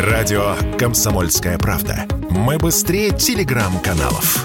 Радио «Комсомольская правда». Мы быстрее телеграм-каналов.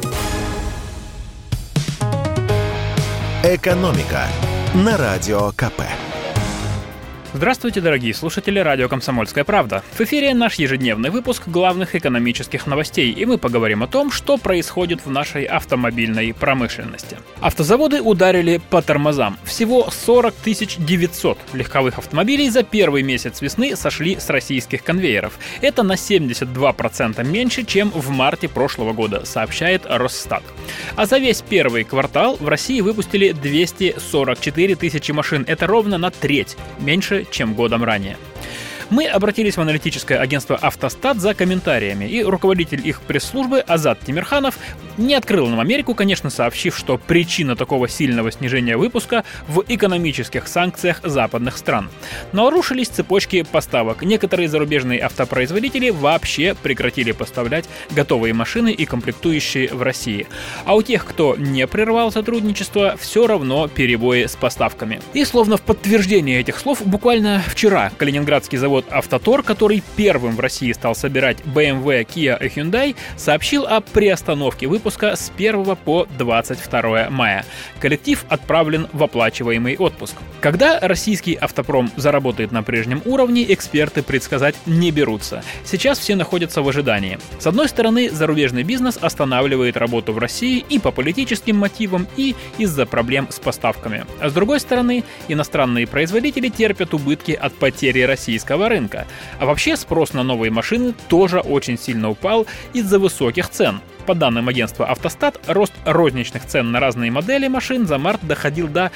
«Экономика» на Радио КП. Здравствуйте, дорогие слушатели радио «Комсомольская правда». В эфире наш ежедневный выпуск главных экономических новостей, и мы поговорим о том, что происходит в нашей автомобильной промышленности. Автозаводы ударили по тормозам. Всего 40 900 легковых автомобилей за первый месяц весны сошли с российских конвейеров. Это на 72% меньше, чем в марте прошлого года, сообщает Росстат. А за весь первый квартал в России выпустили 244 тысячи машин. Это ровно на треть меньше, чем годом ранее. Мы обратились в аналитическое агентство «Автостат» за комментариями, и руководитель их пресс-службы Азат Тимирханов не открыл нам Америку, конечно, сообщив, что причина такого сильного снижения выпуска в экономических санкциях западных стран. Но рушились цепочки поставок. Некоторые зарубежные автопроизводители вообще прекратили поставлять готовые машины и комплектующие в России. А у тех, кто не прервал сотрудничество, все равно перебои с поставками. И словно в подтверждение этих слов, буквально вчера калининградский завод «Автотор», который первым в России стал собирать BMW, Kia и Hyundai, сообщил о приостановке выпуска с 1 по 22 мая. Коллектив отправлен в оплачиваемый отпуск. Когда российский автопром заработает на прежнем уровне, эксперты предсказать не берутся. Сейчас все находятся в ожидании. С одной стороны, зарубежный бизнес останавливает работу в России и по политическим мотивам, и из-за проблем с поставками. А с другой стороны, иностранные производители терпят убытки от потери российского рынка. А вообще спрос на новые машины тоже очень сильно упал из-за высоких цен. По данным агентства «Автостат», рост розничных цен на разные модели машин за март доходил до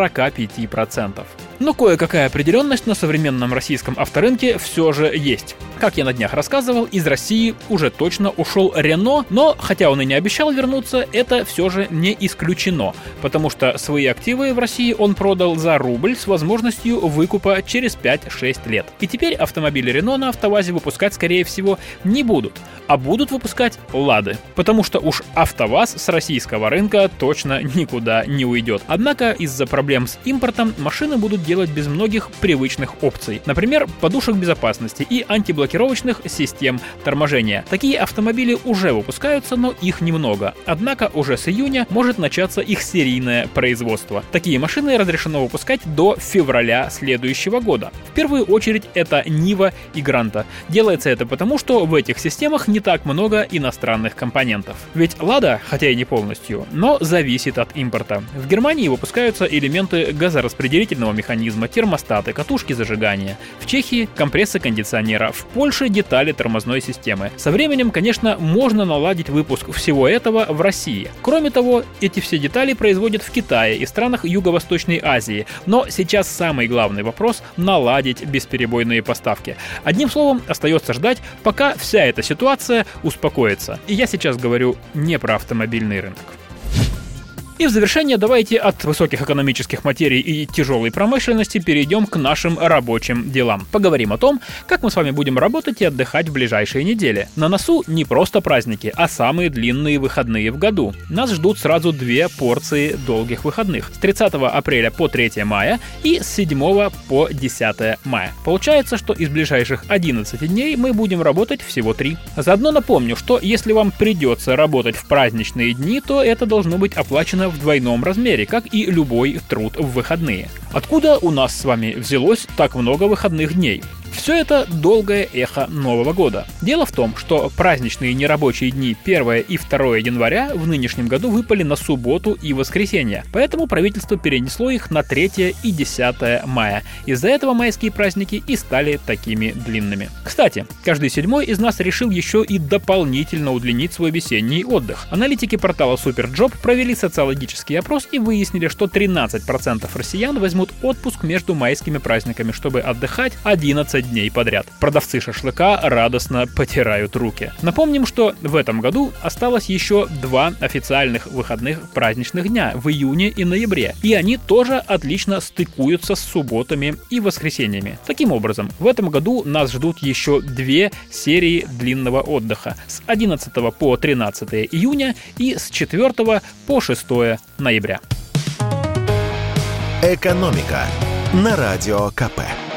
45%. Но кое-какая определенность на современном российском авторынке все же есть. Как я на днях рассказывал, из России уже точно ушел Рено, но, хотя он и не обещал вернуться, это все же не исключено, потому что свои активы в России он продал за рубль с возможностью выкупа через 5-6 лет. И теперь автомобили Рено на АвтоВАЗе выпускать, скорее всего, не будут, а будут выпускать Лады, потому что уж АвтоВАЗ с российского рынка точно никуда не уйдет. Однако из-за проблем с импортом машины будут делать без многих привычных опций, например, подушек безопасности и антиблокировочных систем торможения. Такие автомобили уже выпускаются, но их немного. Однако уже с июня может начаться их серийное производство. Такие машины разрешено выпускать до февраля следующего года. В первую очередь это Нива и Гранта. Делается это потому, что в этих системах не так много иностранных компонентов. Ведь Лада, хотя и не полностью, но зависит от импорта. В Германии выпускаются элементы газораспределительного механизма, термостаты, катушки зажигания. В Чехии компрессы кондиционера. В Польше детали тормозной системы. Со временем, конечно, можно наладить выпуск всего этого в России. Кроме того, эти все детали производят в Китае и странах Юго-Восточной Азии. Но сейчас самый главный вопрос – наладить бесперебойные поставки. Одним словом, остается ждать, пока вся эта ситуация успокоится. И я сейчас говорю не про автомобильный рынок. И в завершение давайте от высоких экономических материй и тяжелой промышленности перейдем к нашим рабочим делам. Поговорим о том, как мы с вами будем работать и отдыхать в ближайшие недели. На носу не просто праздники, а самые длинные выходные в году. Нас ждут сразу две порции долгих выходных. С 30 апреля по 3 мая и с 7 по 10 мая. Получается, что из ближайших 11 дней мы будем работать всего 3. Заодно напомню, что если вам придется работать в праздничные дни, то это должно быть оплачено в двойном размере, как и любой труд в выходные. Откуда у нас с вами взялось так много выходных дней? Все это долгое эхо Нового года. Дело в том, что праздничные нерабочие дни 1 и 2 января в нынешнем году выпали на субботу и воскресенье, поэтому правительство перенесло их на 3 и 10 мая. Из-за этого майские праздники и стали такими длинными. Кстати, каждый седьмой из нас решил еще и дополнительно удлинить свой весенний отдых. Аналитики портала Superjob провели социологический опрос и выяснили, что 13% россиян возьмут отпуск между майскими праздниками, чтобы отдыхать 11 дней подряд. Продавцы шашлыка радостно потирают руки. Напомним, что в этом году осталось еще 2 официальных выходных праздничных дня в июне и ноябре, и они тоже отлично стыкуются с субботами и воскресеньями. Таким образом, в этом году нас ждут еще 2 серии длинного отдыха с 11 по 13 июня и с 4 по 6 ноября. Экономика на Радио КП.